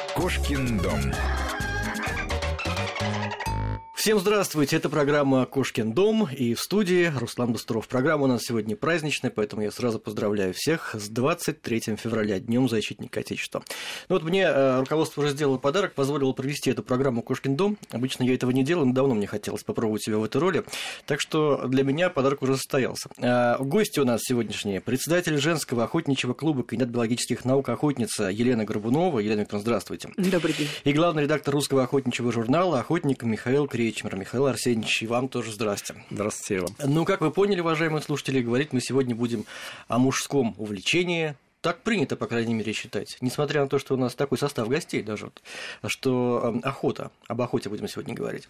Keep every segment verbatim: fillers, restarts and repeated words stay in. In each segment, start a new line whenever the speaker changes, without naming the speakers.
Кошкин дом.
Всем здравствуйте, это программа «Кошкин дом», и в студии Руслан Быстров. Программа у нас сегодня праздничная, поэтому я сразу поздравляю всех с двадцать третьим февраля, Днем Защитника Отечества. Ну вот мне э, руководство уже сделало подарок, позволило провести эту программу «Кошкин дом». Обычно я этого не делаю, но давно мне хотелось попробовать себя в этой роли, так что для меня подарок уже состоялся. Э, гости у нас сегодняшние: председатель женского охотничьего клуба, кандидат биологических наук, охотница Елена Горбунова. Елена Викторовна, здравствуйте.
Добрый день.
И главный редактор русского охотничьего журнала, охотник Михаил Кречмер. Михаил Арсеньевич, и вам тоже здрасте.
Здравствуйте вам.
Ну, как вы поняли, уважаемые слушатели, говорить мы сегодня будем о мужском увлечении. Так принято, по крайней мере, считать. Несмотря на то, что у нас такой состав гостей даже, вот, что охота, об охоте будем сегодня говорить.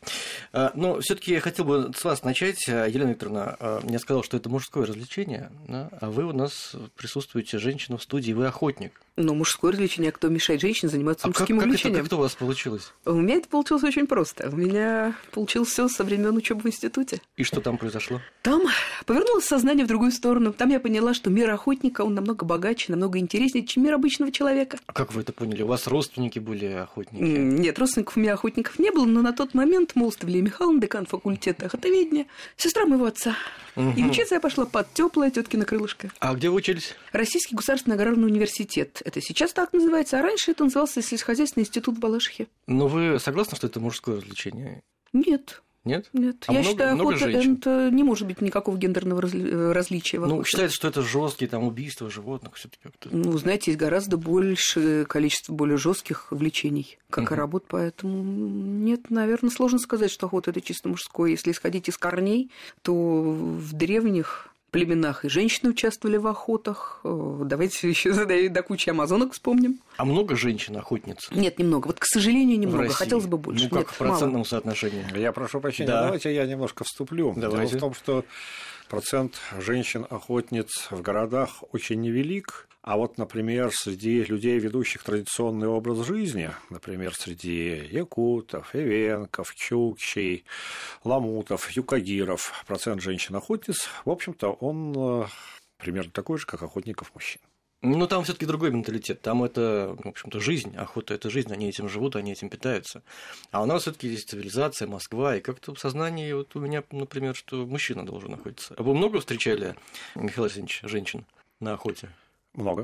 Но все-таки я хотел бы с вас начать. Елена Викторовна, я сказал, что это мужское развлечение, да? А вы у нас присутствуете, женщина в студии, вы охотник.
Ну, мужское развлечение, а кто мешает женщине заниматься
а
мужским
как,
увлечением?
Как, это, как это у вас получилось?
У меня это получилось очень просто. У меня получилось все со времен учебы в институте.
И что там произошло?
Там повернулось сознание в другую сторону. Там я поняла, что мир охотника, он намного богаче, намного интереснее, чем мир обычного человека.
А как вы это поняли? У вас родственники были охотники?
Нет, родственников у меня охотников не было, но на тот момент Молостова Лилия Михайловна, декан факультета охотоведения, сестра моего отца. Угу. И учиться я пошла под теплое теткино крылышко.
А где вы учились?
Российский государственный аграрный университет. Это сейчас так называется, а раньше это назывался сельскохозяйственный институт в Балашихе.
Но вы согласны, что это мужское развлечение?
Нет.
Нет?
Нет.
А
я
много,
считаю,
много
охота это не может быть никакого гендерного разли... различия в охоте.
Ну, считается, что это жесткие там убийства животных, все-таки как-то.
Ну, знаете, есть гораздо большее количество более жестких влечений, как uh-huh. и работ, поэтому нет, наверное, сложно сказать, что охота это чисто мужское. Если исходить из корней, то в древних племенах и женщины участвовали в охотах. Давайте еще до кучи амазонок вспомним.
А много женщин-охотниц?
Нет, немного. Вот, к сожалению, немного. Хотелось бы больше.
Ну, как
Нет,
в процентном
мало.
соотношении?
Я прошу прощения,
да.
давайте я немножко вступлю.
Давайте.
Дело в том, что процент женщин-охотниц в городах очень невелик. А вот, например, среди людей, ведущих традиционный образ жизни, например, среди якутов, эвенков, чукчей, ламутов, юкагиров, процент женщин-охотниц, в общем-то, он примерно такой же, как охотников мужчин.
Ну, там все-таки другой менталитет. Там это, в общем-то, жизнь, охота – это жизнь, они этим живут, они этим питаются. А у нас все-таки здесь цивилизация, Москва, и как-то в сознании вот у меня, например, что мужчина должен охотиться. А вы много встречали, Михаил Арсеньевич, женщин на охоте?
Много.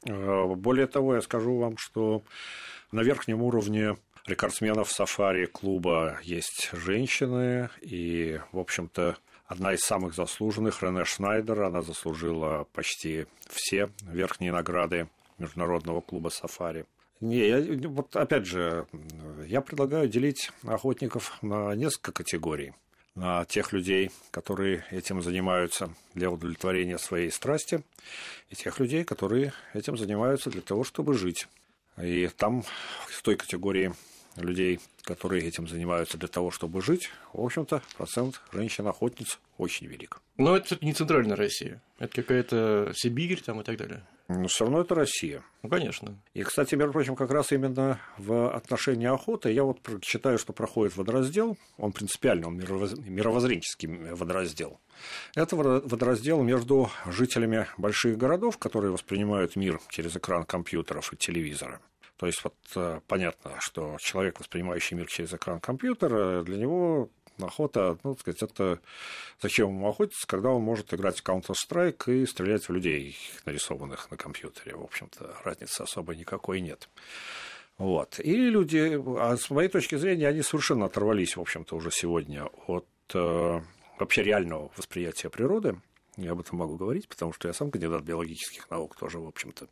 Более того, я скажу вам, что на верхнем уровне рекордсменов сафари-клуба есть женщины, и, в общем-то, одна из самых заслуженных, Рене Шнайдер, она заслужила почти все верхние награды Международного клуба сафари. Не, я, вот опять же, я предлагаю делить охотников на несколько категорий. На тех людей, которые этим занимаются для удовлетворения своей страсти, и тех людей, которые этим занимаются для того, чтобы жить. И там, в той категории людей, которые этим занимаются для того, чтобы жить, в общем-то, процент женщин-охотниц очень велик.
Но это все-таки не центральная Россия. Это какая-то Сибирь там и так далее.
Но все равно это Россия.
Ну, конечно.
И, кстати, между прочим, как раз именно в отношении охоты я вот считаю, что проходит водораздел, он принципиальный, он мировоззренческий водораздел. Это водораздел между жителями больших городов, которые воспринимают мир через экран компьютеров и телевизора. То есть, вот понятно, что человек, воспринимающий мир через экран компьютера, для него охота, ну, так сказать, это зачем ему охотиться, когда он может играть в Counter-Strike и стрелять в людей, нарисованных на компьютере. В общем-то, разницы особо никакой нет. Вот. И люди, а с моей точки зрения, они совершенно оторвались, в общем-то, уже сегодня от э, вообще реального восприятия природы. Я об этом могу говорить, потому что я сам кандидат биологических наук тоже, в общем-то.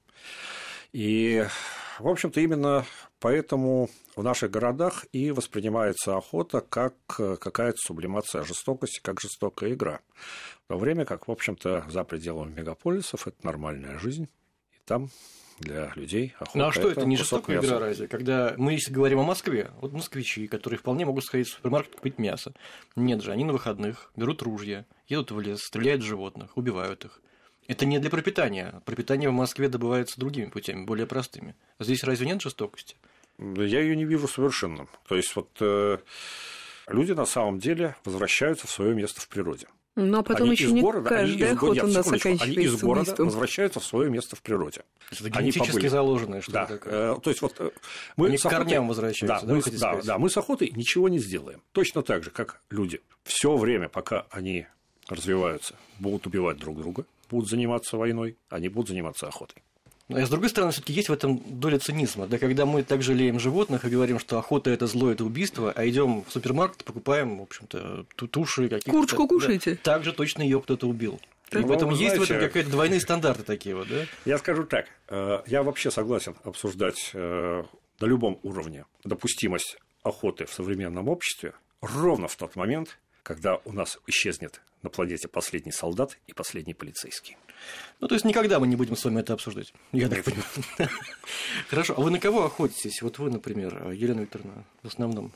И, в общем-то, именно поэтому в наших городах и воспринимается охота как какая-то сублимация жестокости, как жестокая игра. В то время как, в общем-то, за пределами мегаполисов это нормальная жизнь, и там для людей охота.
Ну а что
это,
это не жестокая игра разве? Когда мы, если говорим о Москве, вот москвичи, которые вполне могут сходить в супермаркет купить мясо. Нет же, они на выходных берут ружья, едут в лес, стреляют в животных, убивают их. Это не для пропитания. Пропитание в Москве добывается другими путями, более простыми. Здесь разве нет жестокости?
Я ее не вижу совершенно. То есть, вот э, люди на самом деле возвращаются в свое место в природе.
Ну, а потом
они
еще
из
не
города,
каждая
они
охота
из,
у нас заканчивается
они из города
убийством.
возвращаются в свое место в природе.
Это генетически заложенное что-то
да.
такое.
То есть вот мы
они
с
к
охотой...
корням возвращаются,
да,
да,
мы, да, да, мы с охотой ничего не сделаем. Точно так же, как люди все время, пока они развиваются, будут убивать друг друга, будут заниматься войной, они будут заниматься охотой.
А с другой стороны, все-таки есть в этом доля цинизма. Да, когда мы так жалеем животных и говорим, что охота это зло, это убийство, а идем в супермаркет, покупаем, в общем-то, туши каких-то.
Курочку кушаете.
Да, так же точно ее кто-то убил. И
Ну,
поэтому есть
знаете,
в этом какие-то двойные стандарты такие вот, да?
Я скажу так, я вообще согласен обсуждать на любом уровне допустимость охоты в современном обществе ровно в тот момент, когда у нас исчезнет на планете последний солдат и последний полицейский.
Ну, то есть никогда мы не будем с вами это обсуждать. Я так понимаю. Хорошо. А вы на кого охотитесь? Вот вы, например, Елена Викторовна, в основном.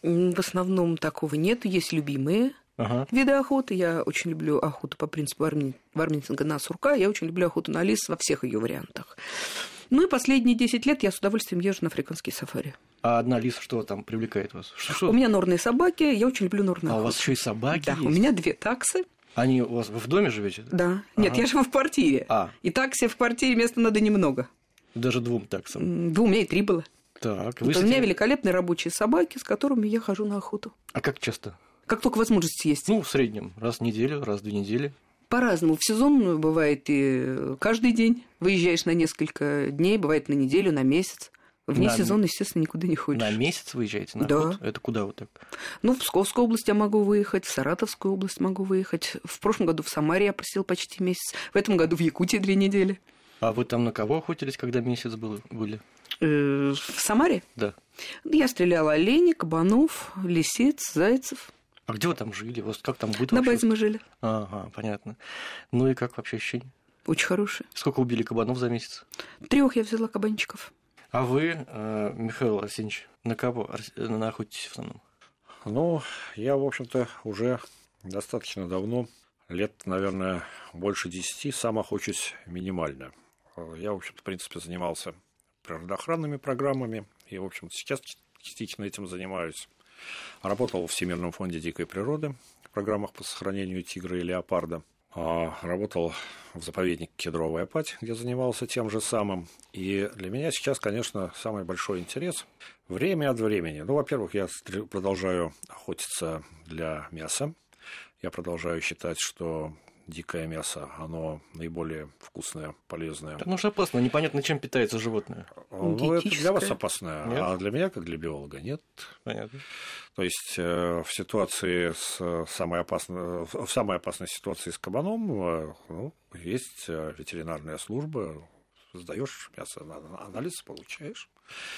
В основном такого нет. Есть любимые ага. виды охоты. Я очень люблю охоту по принципу Варми... Варминтинга на сурка. Я очень люблю охоту на лис во всех ее вариантах. Ну и последние десять лет я с удовольствием езжу на африканские сафари.
А одна лиса что там привлекает вас? Что?
У меня норные собаки, я очень люблю норную охоту.
А у вас еще и собаки
да,
есть?
У меня две таксы.
Они у вас вы в доме живете?
Да. Нет, ага. я живу в квартире. А. И такси в квартире места надо немного.
Даже двум таксам?
Да, у меня и три было.
Так,
вот у меня великолепные рабочие собаки, с которыми я хожу на охоту.
А как часто?
Как только возможность есть.
Ну, в среднем. Раз в неделю, раз в две недели.
По-разному. В сезон бывает и каждый день. Выезжаешь на несколько дней, бывает на неделю, на месяц. Вне на... сезона, естественно, никуда не ходишь.
На месяц выезжаете на
да.
охоту? Это куда вот так?
Ну, в Псковскую область я могу выехать, в Саратовскую область могу выехать. В прошлом году в Самаре я просил почти месяц. В этом году в Якутии две недели.
А вы там на кого охотились, когда месяц был, были?
Э-э- в Самаре?
Да.
Я стреляла оленей, кабанов, лисиц, зайцев.
А где вы там жили? Вот как там быт?
На базе мы жили.
Ага, понятно. Ну и как вообще ощущения?
Очень хорошие.
Сколько убили кабанов за месяц?
Трех я взяла кабанчиков.
А вы, Михаил Арсеньевич, на кого охотитесь в основном?
Ну, я, в общем-то, уже достаточно давно, лет, наверное, больше десяти, сам охочусь минимально. Я, в общем-то, в принципе, занимался природоохранными программами и, в общем-то, сейчас частично этим занимаюсь. Работал в Всемирном фонде дикой природы в программах по сохранению тигра и леопарда. Работал в заповеднике Кедровая Падь, где занимался тем же самым. И для меня сейчас, конечно, самый большой интерес – время от времени. Ну, во-первых, я продолжаю охотиться для мяса. Я продолжаю считать, что дикое мясо, оно наиболее вкусное, полезное.
Ну, что опасно, непонятно, чем питается животное.
Ну, это для вас опасное, нет? А для меня, как для биолога, нет.
Понятно.
То есть в ситуации с самой опасной, в самой опасной ситуации с кабаном, ну, есть ветеринарная служба, сдаешь мясо, анализ получаешь.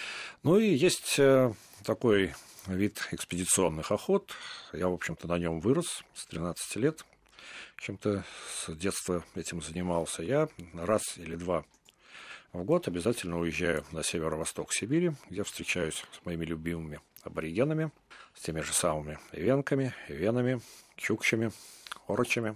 Ну и есть такой вид экспедиционных охот. Я, в общем-то, на нем вырос с тринадцати лет. Чем-то с детства этим занимался. Я раз или два в год обязательно уезжаю на северо-восток Сибири, где встречаюсь с моими любимыми аборигенами, с теми же самыми ивенками, ивенами, чукчами, орочами,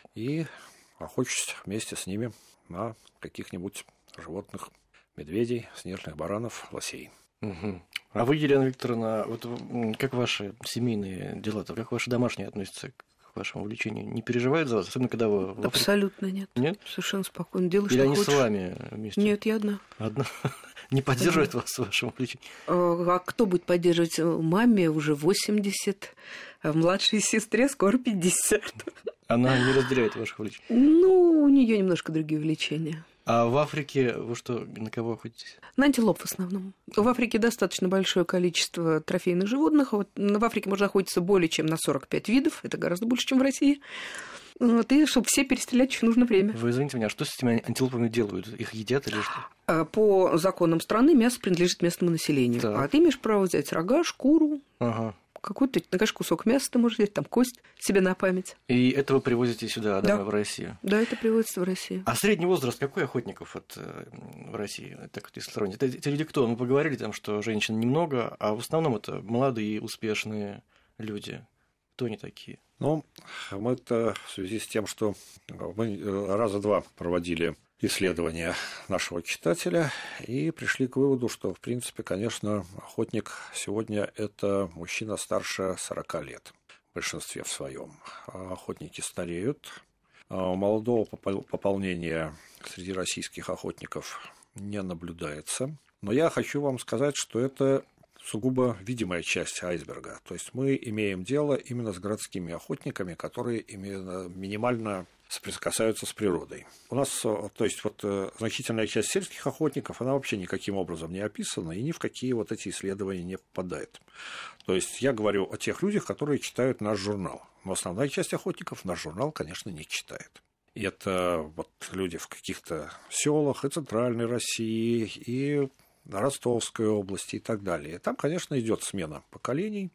и охочусь вместе с ними на каких-нибудь животных, медведей, снежных баранов, лосей.
Угу. А вы, Елена Викторовна, вот как ваши семейные дела-то, как ваши домашние относятся к вашему увлечению? Не переживают за вас, особенно когда вы... В
Абсолютно нет.
Нет?
Совершенно спокойно. Делаю,
Или
что
они
хочешь.
с вами вместе?
Нет, я одна.
Одна? Не поддерживает вас в вашем увлечении?
А кто будет поддерживать? Маме уже восемьдесят, а младшей сестре скоро пятьдесят.
Она не разделяет ваших увлечений?
Ну, у нее немножко другие увлечения.
А в Африке вы что, на кого охотитесь?
На антилоп в основном. В Африке достаточно большое количество трофейных животных. Вот в Африке можно охотиться более чем на сорок пять видов. Это гораздо больше, чем в России. Вот, и чтобы все перестрелять, еще нужно время.
Вы извините меня, а что с этими антилопами делают? Их едят или что?
По законам страны мясо принадлежит местному населению. Так. А ты имеешь право взять рога, шкуру, ага. какой-то, конечно, кусок мяса ты можешь взять, там кость себе на память.
И это вы привозите сюда, домой, да, в Россию?
Да, это привозится в Россию.
А средний возраст какой охотников вот, в России? Так вот, если сравнить. Это, это люди кто? Мы поговорили, там, что женщин немного, а в основном это молодые, успешные люди. Кто они такие?
Ну, мы-то в связи с тем, что мы раза два проводили исследования нашего читателя и пришли к выводу, что, в принципе, конечно, охотник сегодня – это мужчина старше сорока лет. большинстве в своем. Охотники стареют. Молодого пополнения среди российских охотников не наблюдается. Но я хочу вам сказать, что это сугубо видимая часть айсберга. То есть мы имеем дело именно с городскими охотниками, которые именно минимально соприкасаются с природой. У нас, то есть, вот значительная часть сельских охотников, она вообще никаким образом не описана и ни в какие вот эти исследования не попадает. То есть я говорю о тех людях, которые читают наш журнал. Но основная часть охотников наш журнал, конечно, не читает. И это вот люди в каких-то селах и Центральной России, и Ростовской области и так далее. И там, конечно, идет смена поколений.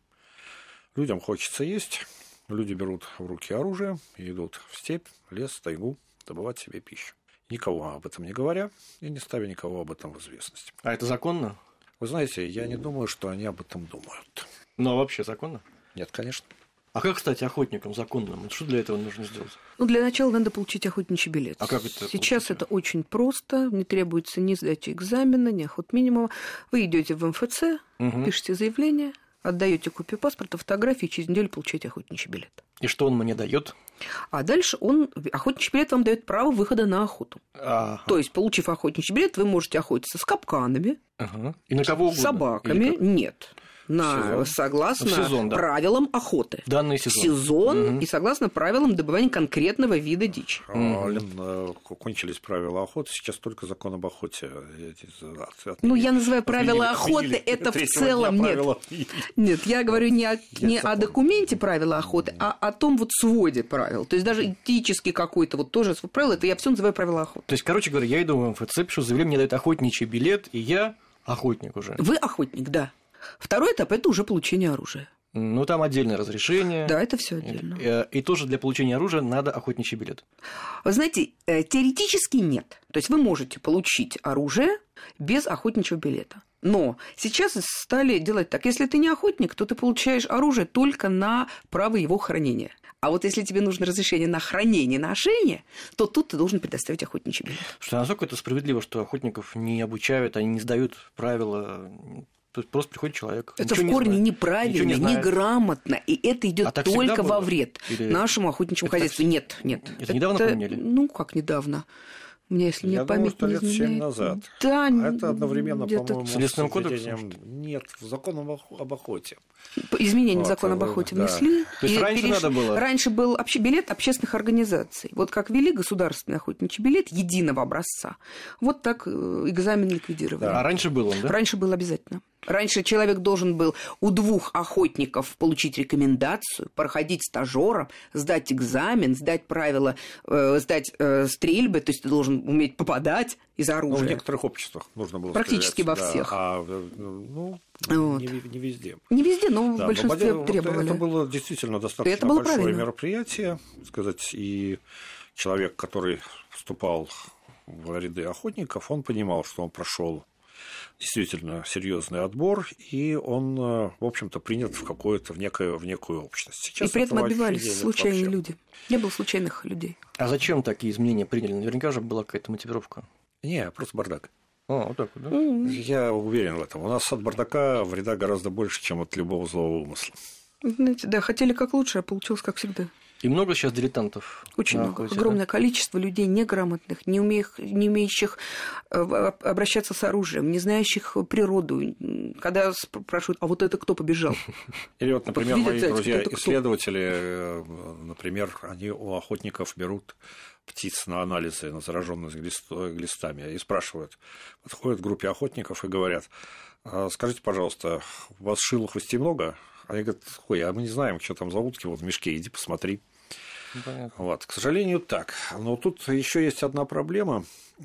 Людям хочется есть. Люди берут в руки оружие и идут в степь, лес, тайгу добывать себе пищу. Никого об этом не говоря и не ставя никого об этом в известность.
А это законно?
Вы знаете, я не думаю, что они об этом думают.
Ну, а вообще законно?
Нет, конечно.
А как стать охотником законным? Что для этого нужно сделать?
Ну, для начала надо получить охотничий билет.
А как это
Сейчас
получить?
это очень просто, не требуется ни сдачи экзамена, ни охотминимума. Вы идете в эм эф цэ, угу. пишете заявление, отдаете копию паспорта, фотографии, через неделю получаете охотничий билет.
И что он мне дает?
А дальше он, охотничий билет вам дает право выхода на охоту.
Ага.
То есть, получив охотничий билет, вы можете охотиться с капканами,
ага. И на кого угодно?
С собаками. Нет. На, согласно
сезон, да.
правилам охоты.
В данный сезон.
Сезон
угу.
и согласно правилам добывания конкретного вида дичи.
А, Лен, кончились правила охоты, сейчас только закон об охоте. Отменили.
Ну, я называю правила
отменили,
охоты,
отменили.
это в целом нет.
Правила...
Нет, я говорю не, о, не о документе правила охоты, а о том вот своде правил. То есть даже этический какой-то вот тоже свой правил, это я все называю правила охоты.
То есть, короче говоря, я иду в эм эф цэ, пишу заявление, мне дают охотничий билет, и я охотник уже.
Вы охотник, да. Второй этап – это уже получение оружия.
Ну, там отдельное разрешение.
Да, это все отдельно.
И, и тоже для получения оружия надо охотничий билет.
Вы знаете, теоретически нет. То есть вы можете получить оружие без охотничьего билета. Но сейчас стали делать так. Если ты не охотник, то ты получаешь оружие только на право его хранения. А вот если тебе нужно разрешение на хранение, ношение, то тут ты должен предоставить охотничий билет.
Что насколько это справедливо, что охотников не обучают, они не сдают правила... То есть просто приходит человек.
Это в корне
не
неправильно,
не
неграмотно, и это идет
а
только во вред
Или...
нашему охотничьему
это
хозяйству.
Так...
Нет, нет.
Это, это недавно поменяли?
Ну, как недавно? У меня, если
Я
мне память
думаю,
не
что лет семь
изменяет...
назад.
Да,
а это одновременно,
где-то...
по-моему,
с лесным
кодексом? Нет, в закон об охоте.
Изменения
вот,
в закон об охоте
да.
внесли.
То есть раньше переш... надо было?
Раньше был обще... билет общественных организаций. Вот как ввели государственный охотничий билет единого образца, вот так экзамен ликвидировали.
Да. А раньше был он, да?
Раньше был обязательно. Раньше человек должен был у двух охотников получить рекомендацию, проходить стажером, сдать экзамен, сдать правила, э, сдать э, стрельбы, то есть ты должен уметь попадать из оружия.
Ну, в некоторых обществах нужно было
практически
сказать,
во
да,
всех.
А ну,
вот.
не, не везде.
Не везде, но да, в большинстве
но
требовали.
Это было действительно достаточно
это было
большое
правильно.
мероприятие, сказать, и человек, который вступал в ряды охотников, он понимал, что он прошел действительно серьезный отбор, и он, в общем-то, принят в какое-то в некое, в некую общность. Сейчас
и при этом отбивались случайные вообще. люди. Не было случайных людей.
А зачем такие изменения приняли? Наверняка же была какая-то мотивировка.
Не, просто бардак.
А, вот так вот, да?
Mm-hmm.
Я уверен в этом. У нас от бардака вреда гораздо больше, чем от любого злого умысла.
Знаете, да, хотели как лучше, а получилось как всегда.
И много сейчас дилетантов?
Очень много. Огромное да? количество людей неграмотных, не, умеющих, не умеющих обращаться с оружием, не знающих природу. Когда спрашивают, а вот это кто побежал?
Или вот, например, мои друзья-исследователи, например, они у охотников берут птиц на анализы, на зараженность глистами, и спрашивают, подходят к группе охотников и говорят, скажите, пожалуйста, у вас шилохвостей много? Они говорят, ой, а мы не знаем, что там за утки вот в мешке, иди посмотри.
Понятно.
Вот, к сожалению, так. Но тут еще есть одна проблема.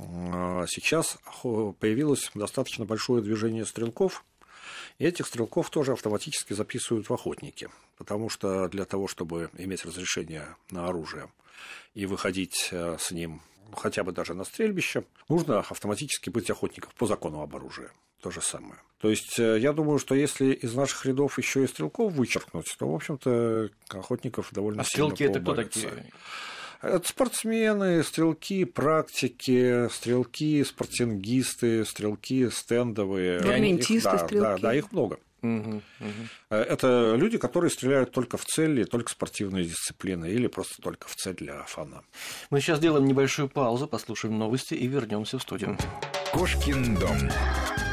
Сейчас появилось достаточно большое движение стрелков, и этих стрелков тоже автоматически записывают в охотники, потому что для того, чтобы иметь разрешение на оружие и выходить с ним хотя бы даже на стрельбище, нужно автоматически быть охотником по закону об оружии. То же самое. То есть, я думаю, что если из наших рядов еще и стрелков вычеркнуть, то, в общем-то, охотников довольно
а
сильно
стрелки это кто
поубавится.
такие?
Это спортсмены, стрелки, практики, стрелки, спортингисты, стрелки стендовые.
Барментисты,
да,
стрелки.
Да, да, их много.
Угу, угу.
Это люди, которые стреляют только в цель, только спортивные дисциплины или просто только в цель для фана.
Мы сейчас сделаем небольшую паузу, послушаем новости и вернемся в студию.
Кошкин дом.